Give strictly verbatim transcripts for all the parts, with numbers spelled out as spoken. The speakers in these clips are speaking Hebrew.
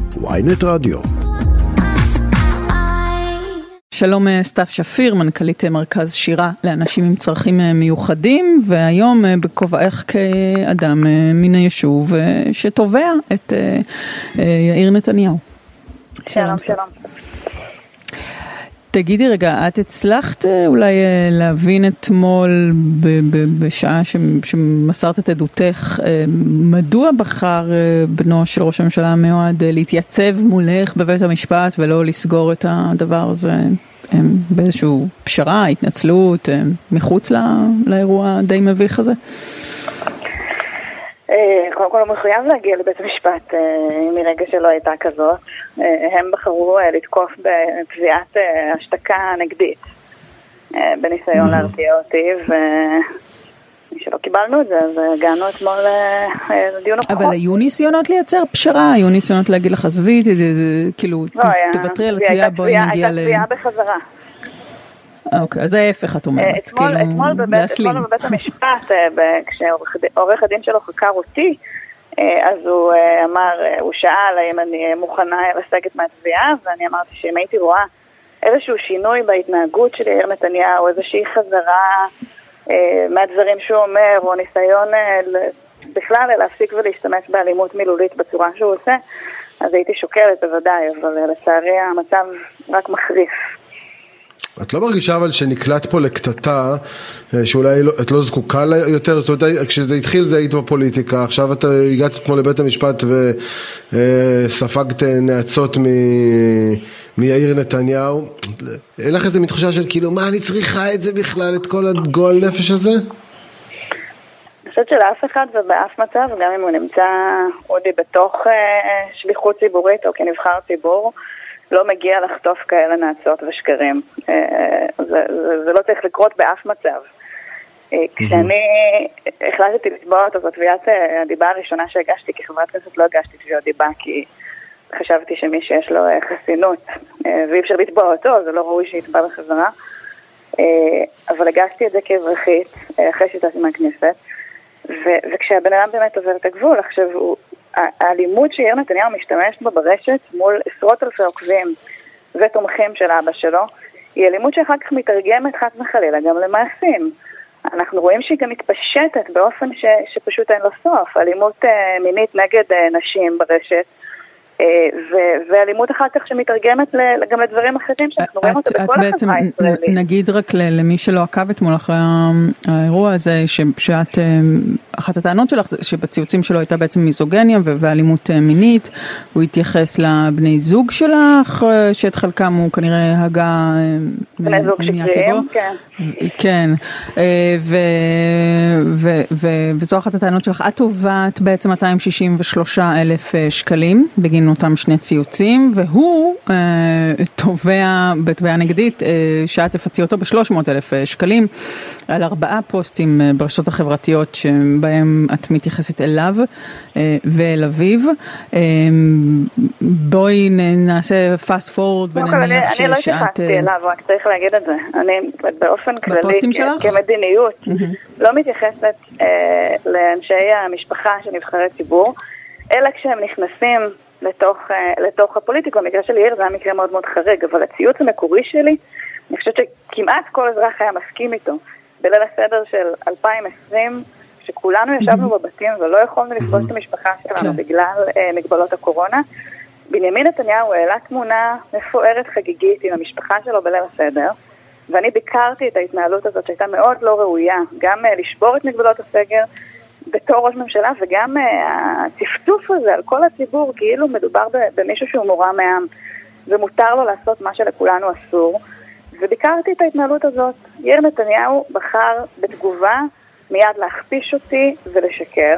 וויינט רדיו. שלום סתיו שפיר, מנכ"לית מרכז שירה לאנשים עם צרכים מיוחדים, והיום בכובעך כאדם מן היישוב שתובע את יאיר נתניהו. שלום, שלום. תגידי רגע, את הצלחת אולי להבין אתמול בשעה שמסרת את עדותך, מדוע בחר בנו של ראש הממשלה המיועד להתייצב מולך בבית המשפט ולא לסגור את הדבר הזה באיזשהו פשרה, התנצלות, מחוץ לאירוע די מביך הזה? קודם כל הוא מחויב להגיע לבית המשפט מרגע שלא הייתה כזאת. הם בחרו לתקוף בתביעת השתקה נגדית בניסיון להרתיע אותי, ומשלא קיבלנו את זה, אז הגענו אתמול לדיון הוכחות. אבל היו ניסיונות לייצר פשרה? היו ניסיונות להגיד לך עזבי, כאילו תוותרי על התביעה, בואי נגיע ל... הייתה תביעה בחזרה. אוקיי, אז ההפך את אומרת, אתמול בבית המשפט, כשעורך הדין שלו חקר אותי, אז הוא אמר, הוא שאל האם אני מוכנה לסגת מהתביעה, ואני אמרתי שאם הייתי רואה איזשהו שינוי בהתנהגות של יאיר נתניהו, איזושהי חזרה מהדברים שהוא אומר, או ניסיון בכלל להפסיק ולהשתמש באלימות מילולית בצורה שהוא עושה, אז הייתי שוקלת בוודאי, אבל לצערי המצב רק מחריף. את לא מרגישה אבל שנקלט פה לקטטה שאולי לא, את לא זקוקה לה יותר? זאת אומרת, כשזה התחיל זה היית בפוליטיקה, עכשיו אתה הגעת כמו לבית המשפט וספגת נעצות מ... מיאיר נתניהו. אין לך איזה מתחושה של כאילו, מה אני צריכה את זה בכלל, את כל הגועל נפש הזה? אני חושבת שלאף אחד ובאף מצב, גם אם הוא נמצא עודי בתוך שליחות ציבורית או כנבחר ציבור, לא מגיע לחטוף כאלה נעצות ושקרים. זה, זה, זה לא צריך לקרות באף מצב. כשאני החלטתי לתבוע אותו, זאת תביעת הדיבה הראשונה שהגשתי, כחברת כנסת לא הגשתי תביעות דיבה, כי חשבתי שמי שיש לו חסינות, ואי אפשר לתבוע אותו, זה לא ראוי שיתבע בחזרה. אבל הגשתי את זה כאזרחית, אחרי שיטתי מהכנסת, וכשהבן אדם באמת עובר את הגבול, עכשיו הוא... האלימות שיאיר נתניהו משתמש בה ברשת מול עשרות אלפי עוקבים ותומכים של אבא שלו, היא אלימות שאחר כך מתרגמת חס וחלילה גם למעשים. אנחנו רואים שהיא גם מתפשטת באופן ש, שפשוט אין לו סוף. אלימות uh, מינית נגד uh, נשים ברשת, uh, ו- ואלימות אחר כך שמתרגמת ל- גם לדברים אחרים שאנחנו רואים אותה בכל החברה הישראלית. נגיד רק למי שלא עקב אתמול אחרי האירוע הזה, שאת, אחת הטענות שלך זה שבציוצים שלו הייתה בעצם מיזוגניה ואלימות מינית, הוא התייחס לבני זוג שלך, שאת חלקם הוא כנראה הגה בני זוג שקריים, כן. כן, וזו אחת הטענות שלך, את תובעת בעצם מאתיים שישים ושלושה אלף שקלים בגין אותם שני ציוצים, והוא תובע בתביעה נגדית שאת תפצי אותו ב-שלוש מאות אלף שקלים על ארבעה פוסטים ברשתות החברתיות שבהם את מתייחסת אליו ואל אביו. בואי נעשה פאסט פורוד ונניח שאת... אני לא התייחסתי אליו, רק צריך להגיד את זה. אני באופן כללי כמדיניות לא מתייחסת לאנשי המשפחה של נבחרי ציבור, אלא כשהם נכנסים לתוך, לתוך הפוליטיקה. במקרה של יאיר זה היה מקרה מאוד מאוד חריג, אבל הציוץ המקורי שלי, אני חושבת שכמעט כל אזרח היה מסכים איתו. בליל הסדר של אלפיים ועשרים, שכולנו ישבנו בבתים ולא יכולנו לפגוש את המשפחה שלנו בגלל מגבלות הקורונה, בנימין נתניהו העלה תמונה מפוארת חגיגית עם המשפחה שלו בליל הסדר, ואני ביקרתי את ההתנהלות הזאת שהייתה מאוד לא ראויה, גם לשבור את מגבלות הסגר בתור ראש ממשלה, וגם הצפצוף הזה על כל הציבור, כאילו מדובר במישהו שהוא מורם מעם, ומותר לו לעשות מה שלכולנו אסור, וביקרתי את ההתנהלות הזאת. יאיר נתניהו בחר בתגובה מיד להכפיש אותי ולשקר,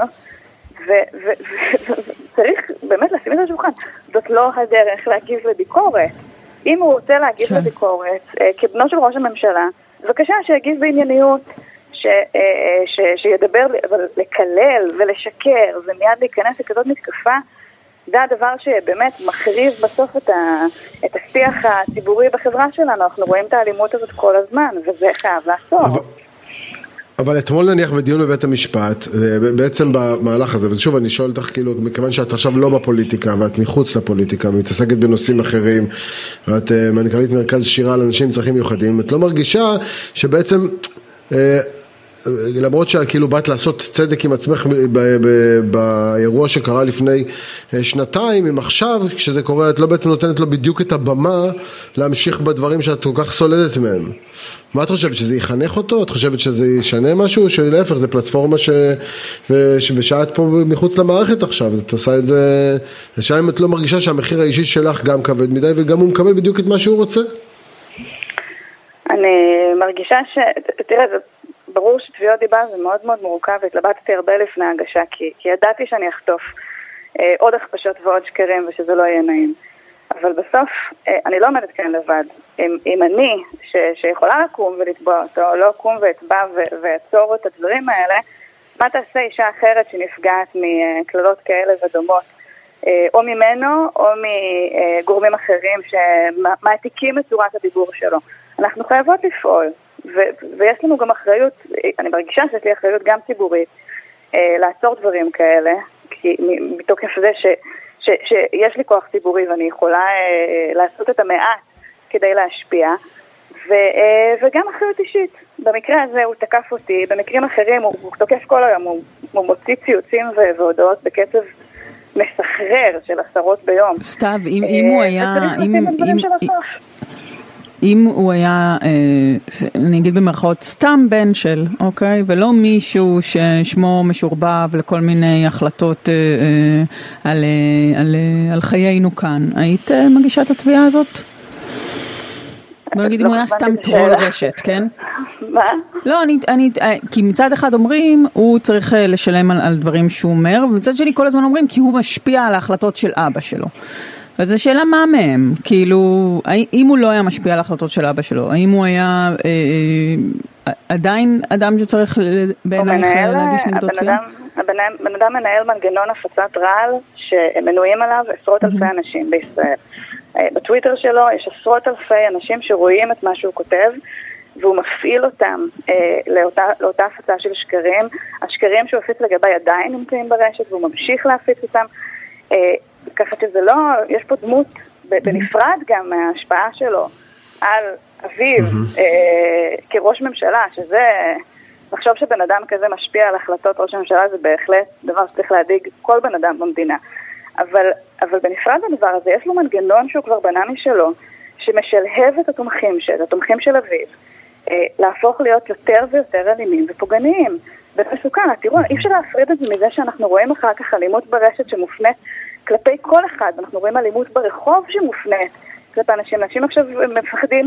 וצריך באמת לשים את השולחן. זאת לא הדרך להגיב לביקורת. אם הוא רוצה להגיב לביקורת כבנו של ראש הממשלה, בבקשה שיגיב בענייניות, שידבר, אבל לקלל ולשקר ומיד להיכנס לכזאת מתקפה, זה הדבר שבאמת מחריב בסוף את, ה, את השיח הציבורי בחברה שלנו. אנחנו רואים את האלימות הזאת כל הזמן, וזה חייב לעשות. אבל אתמול נניח בדיון בבית המשפט, בעצם במהלך הזה, ושוב אני שואל אותך כאילו, מכיוון שאת עכשיו לא בפוליטיקה, ואת מחוץ לפוליטיקה, ומתעסקת בנושאים אחרים, ואת מנכ"לית מרכז שירה לאנשים עם צרכים מיוחדים, את לא מרגישה שבעצם, למרות שכאילו באת לעשות צדק עם עצמך באירוע שקרה לפני שנתיים, אם עכשיו כשזה קורה את לא בעצם נותנת לו בדיוק את הבמה להמשיך בדברים שאת כל כך סולדת מהם. מה את חושבת, שזה יחנך אותו? את חושבת שזה ישנה משהו? שלהפך, זה פלטפורמה ש... ושאת פה מחוץ למערכת עכשיו, את עושה את זה, השאלה אם את לא מרגישה שהמחיר האישי שלך גם כבד מדי וגם הוא מקבל בדיוק את מה שהוא רוצה? אני מרגישה ש... תראה, זה ברור שתביעות דיבה זה מאוד מאוד מורכב, והתלבטתי הרבה לפני ההגשה, כי, כי ידעתי שאני אחטוף אה, עוד הכפשות ועוד שקרים ושזה לא יהיה נעים. אבל בסוף אה, אני לא עומדת כאן לבד. אם, אם אני, ש, שיכולה לקום ולתבוע אותו, לא אקום ואתבע ואעצור את הדברים האלה, מה תעשה אישה אחרת שנפגעת מכללות כאלה ודומות, אה, או ממנו או מגורמים אחרים שמעתיקים את צורת הדיבור שלו. אנחנו חייבות לפעול. ו- ויש לנו גם אחריות, אני מרגישה שיש לי אחריות גם ציבורית, אה, לעצור דברים כאלה, כי מתוקף זה ש- ש- שיש לי כוח ציבורי ואני יכולה אה, לעשות את המעט כדי להשפיע, ו- אה, וגם אחריות אישית. במקרה הזה הוא תקף אותי, במקרים אחרים הוא, הוא תוקף כל היום, הוא, הוא מוציא ציוצים ו- והודעות בקצב מסחרר של עשרות ביום. סתיו, אם, אה, אם הוא היה... אם, אם, אם הוא היה, אני אגיד במרכאות, סתם בן של, אוקיי? ולא מישהו ששמו משורבב לכל מיני החלטות על, על, על חיינו כאן. היית מגישה את התביעה הזאת? בוא נגיד אם הוא היה סתם טרול רשת, כן? מה? לא, אני, אני, כי מצד אחד אומרים, הוא צריך לשלם על, על דברים שהוא אומר, ומצד שני כל הזמן אומרים, כי הוא משפיע על ההחלטות של אבא שלו. אז השאלה מה מהם, כאילו, אם הוא לא היה משפיע על ההחלטות של אבא שלו, האם הוא היה אה, אה, עדיין אדם שצריך בעינייך להגיש נגדו תביעה? הבן אדם מנהל מנגנון הפצת רעל שמנויים עליו עשרות אלפי אנשים בישראל. בטוויטר שלו יש עשרות אלפי אנשים שרואים את מה שהוא כותב, והוא מפעיל אותם אה, לאותה, לאותה הפצה של שקרים. השקרים שהוא הפיץ לגבי עדיין נמצאים ברשת, והוא ממשיך להפיץ אותם. אה, ככה שזה לא, יש פה דמות בנפרד גם מההשפעה שלו על אביו אה, כראש ממשלה, שזה, לחשוב שבן אדם כזה משפיע על החלטות ראש הממשלה זה בהחלט דבר שצריך להדיג כל בן אדם במדינה. אבל, אבל בנפרד הדבר הזה יש לו מנגנון שהוא כבר בנה משלו, שמשלהב את התומכים של, התומכים של אביו, אה, להפוך להיות יותר ויותר אלימים ופוגעניים. ומסוכן, תראו, אי אפשר להפריד את זה מזה שאנחנו רואים אחר כך אלימות ברשת שמופנית כלפי כל אחד, אנחנו רואים אלימות ברחוב שמופנית כלפי אנשים. אנשים עכשיו מפחדים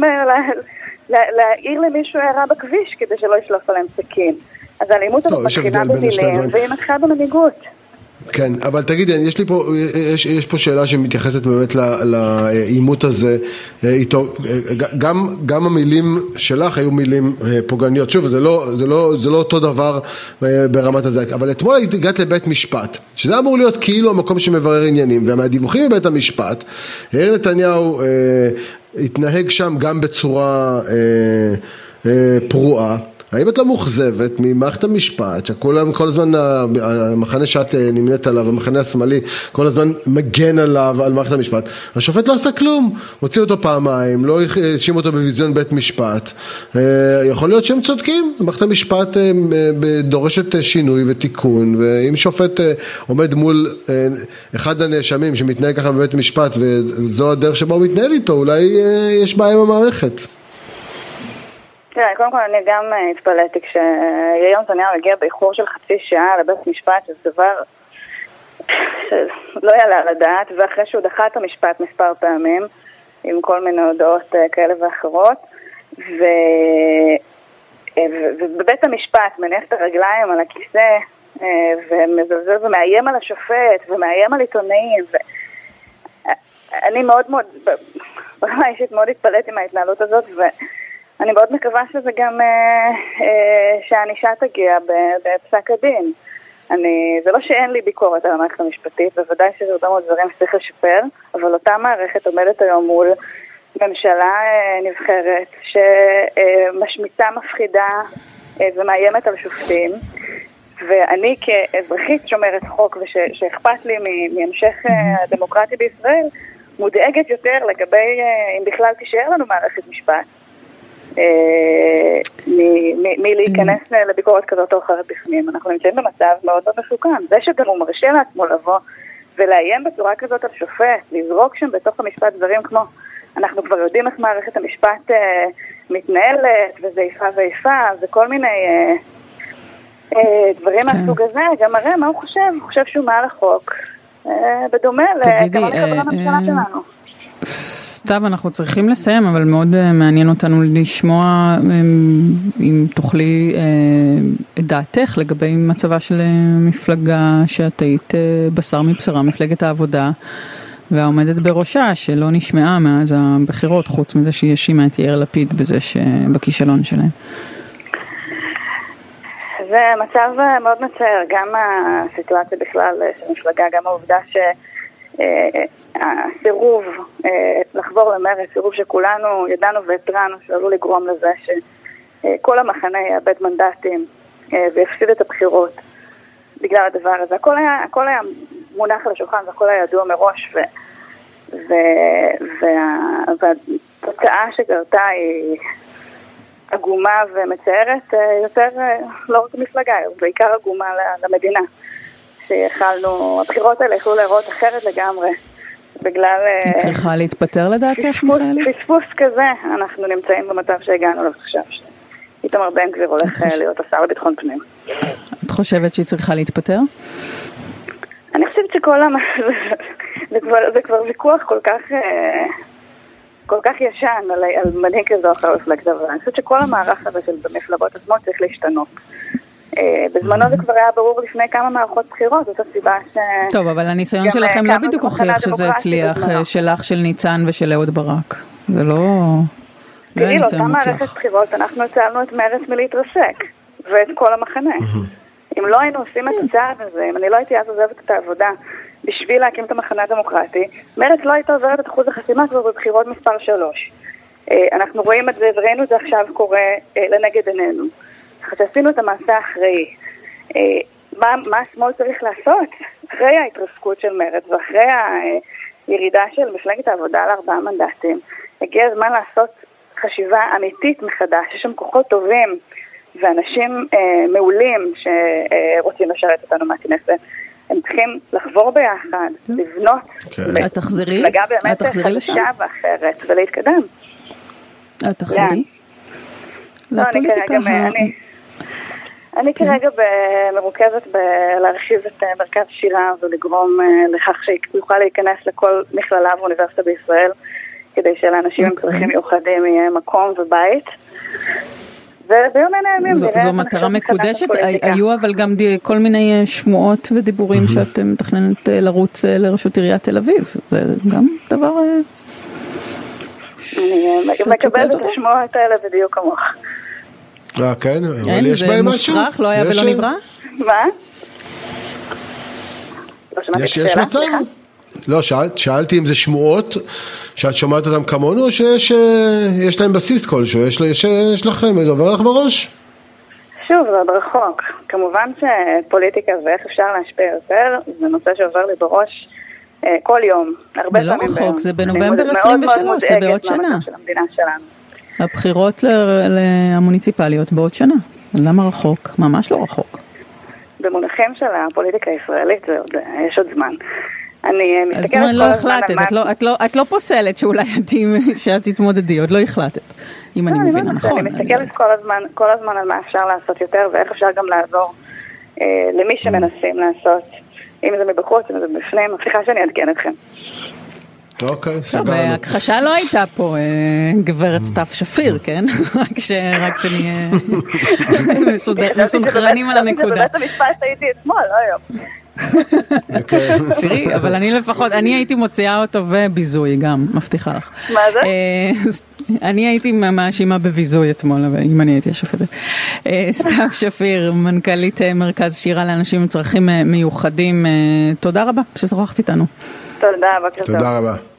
להעיר למישהו הערה בכביש כדי שלא ישלוף עליהם סכין. אז האלימות הזאת מתחילה במילים והיא מתחילה במנהיגות. כן, אבל תגידי, יש לי פה, יש, יש פה שאלה שמתייחסת באמת לאימות הזה איתו, גם, גם המילים שלך היו מילים פוגעניות, שוב, זה לא, זה לא, זה לא אותו דבר ברמת הזה, אבל אתמול הגעת לבית משפט, שזה אמור להיות כאילו המקום שמברר עניינים, ומהדיווחים מבית המשפט, יאיר נתניהו אה, התנהג שם גם בצורה אה, אה, פרועה, האם את לא מוכזבת ממערכת המשפט, שכולם כל הזמן, המחנה שאת נמנית עליו, המחנה השמאלי, כל הזמן מגן עליו, על מערכת המשפט. השופט לא עשה כלום, הוציא אותו פעמיים, לא האשים אותו בביזיון בית משפט. יכול להיות שהם צודקים, מערכת המשפט דורשת שינוי ותיקון, ואם שופט עומד מול אחד הנאשמים שמתנהג ככה בבית משפט, וזו הדרך שבה הוא מתנהל איתו, אולי יש בעיה עם המערכת. תראה, קודם כל אני גם התפלאתי כשיאיר נתניהו הגיע באיחור של חצי שעה לבית משפט, שזה דבר שלא יעלה על הדעת, ואחרי שהוא דחה את המשפט מספר פעמים, עם כל מיני הודעות כאלה ואחרות, ו... ובבית המשפט מניח את הרגליים על הכיסא, ומזלזל ומאיים על השופט, ומאיים על עיתונאים, ו... אני מאוד מאוד, ברמה אישית מאוד התפלאתי מההתנהלות הזאת, ו... אני מאוד מקווה שזה גם אה, אה, שהאנישה תגיע בפסק הדין. אני, זה לא שאין לי ביקורת על המערכת המשפטית, בוודאי שזה אותם עוד דברים שצריך לשפר, אבל אותה מערכת עומדת היום מול ממשלה אה, נבחרת שמשמיצה מפחידה ומאיימת על שופטים, ואני כאזרחית שומרת חוק ושאכפת לי מהמשך הדמוקרטי בישראל, מודאגת יותר לגבי אם בכלל תישאר לנו מערכת משפט, מלהיכנס לביקורת כזאת או אחרת בפנים. אנחנו נמצאים במצב מאוד מאוד מסוכן. זה שגם הוא מרשה לעצמו לבוא ולאיים בצורה כזאת על שופט, לזרוק שם בתוך המשפט דברים כמו, אנחנו כבר יודעים איך מערכת המשפט מתנהלת, וזה איפה ואיפה, זה כל מיני דברים מהסוג הזה. גם מראה מה הוא חושב, הוא חושב שהוא מעל החוק, בדומה לכמה לחברי הממשלה שלנו. סתיו, אנחנו צריכים לסיים, אבל מאוד מעניין אותנו לשמוע אם תוכלי את דעתך לגבי מצבה של מפלגה שאת היית בשר מבשרה, מפלגת העבודה, והעומדת בראשה שלא נשמעה מאז הבחירות, חוץ מזה שהיא האשימה את יאיר לפיד בזה שבכישלון שלהם. זה מצב מאוד מצער, גם הסיטואציה בכלל של מפלגה, גם העובדה ש... הסירוב לחבור למרד, סירוב שכולנו ידענו והתרענו שעלול לגרום לזה שכל המחנה יאבד מנדטים ויפסיד את הבחירות בגלל הדבר הזה. הכל היה, הכל היה מונח על השולחן והכל היה ידוע מראש, ו, ו, וה, והתוצאה שקרתה היא עגומה ומצערת יותר, לא רק מפלגה, בעיקר עגומה למדינה. שיכלנו, הבחירות האלה יכלו להיראות אחרת לגמרי, בגלל... היא צריכה להתפטר לדעתך, מיכאלי? פספוס כזה, אנחנו נמצאים במצב שהגענו לו עכשיו, איתמר בן גביר הולך להיות השר לביטחון פנים. את חושבת שהיא צריכה להתפטר? אני חושבת שכל המ... זה כבר ויכוח כל כך... כל כך ישן על מנהיג כזו אחר מפלגת העבודה. אני חושבת שכל המערך הזה של במפלגות עצמו צריך להשתנות. בזמנו זה כבר היה ברור לפני כמה מערכות בחירות, זאת הסיבה ש... טוב, אבל הניסיון שלכם לא בדיוק הוכיח שזה הצליח, שלך, של ניצן ושל אהוד ברק. זה לא... תראי, לאותה מערכת בחירות אנחנו הצלנו את מרצ מלהתרסק, ואת כל המחנה. אם לא היינו עושים את הצעד הזה, אם אני לא הייתי אז עוזבת את העבודה בשביל להקים את המחנה הדמוקרטי, מרצ לא הייתה עוזרת את אחוז החסימה כבר בבחירות מספר שלוש. אנחנו רואים את זה, וראינו את זה עכשיו קורה לנגד עינינו. שעשינו את המעשה האחראי. מה, מה השמאל צריך לעשות? אחרי ההתרסקות של מרצ ואחרי הירידה של מפלגת העבודה על ארבעה מנדטים, הגיע הזמן לעשות חשיבה אמיתית מחדש. יש שם כוחות טובים ואנשים אה, מעולים שרוצים לשרת אותנו מהכנסת. הם צריכים לחבור ביחד, לבנות מפלגה באמת חדשה ואחרת ולהתקדם. את תחזרי? לא, אני כרגע... אני כרגע מרוכזת בלהרחיב את מרכז שירה ולגרום לכך שיוכל להיכנס לכל מכללה ואוניברסיטה בישראל, כדי שלאנשים עם צרכים מיוחדים יהיה מקום ובית. וביום מן הימים... זו מטרה מקודשת? היו אבל גם כל מיני שמועות ודיבורים שאת מתכננת לרוץ לרשות עיריית תל אביב. זה גם דבר... אני מקבלת את השמועות האלה בדיוק כמוך. אה, כן, אבל יש בהם משהו? זה מופרך, לא היה ולא נברא? מה? יש מצב? לא, שאלתי אם זה שמועות שאת שומעת אותם כמונו, או שיש להם בסיס כלשהו, יש לכם, עובר לך בראש? שוב, זה עוד רחוק. כמובן שפוליטיקה ואיך אפשר להשפיע יותר, זה נושא שעובר לי בראש כל יום. זה לא רחוק, זה בנובמבר עשרים ושלוש, זה בעוד שנה. הבחירות המוניציפליות בעוד שנה. למה רחוק? ממש לא רחוק. במונחים של הפוליטיקה הישראלית זה עוד, יש עוד זמן. אני מסתכלת כל הזמן... לא החלטת, את לא, את לא, את לא פוסלת שאולי שאת תתמודדי, עוד לא החלטת, אם אני מבינה נכון. אני מסתכלת כל הזמן, כל הזמן על מה אפשר לעשות יותר, ואיך אפשר גם לעזור למי שמנסים לעשות, אם זה מבחוץ, אם זה בפנים, מבטיחה שאני אעדכן אתכם. אוקיי, סגרנו. הכחשה לא הייתה פה גברת סתיו שפיר, כן? רק שנהיה מסונכרנים על הנקודה. בבית המשפט הייתי אתמול, לא היום. תראי, אבל אני לפחות, אני הייתי מוציאה אותו וביזוי גם, מבטיחה לך. מה זה? אני הייתי מאשימה בביזוי אתמול, אם אני הייתי השופטת. סתיו שפיר, מנכ"לית מרכז שירה לאנשים עם צרכים מיוחדים, תודה רבה ששוחחת איתנו. תודה, בבקשה. תודה רבה.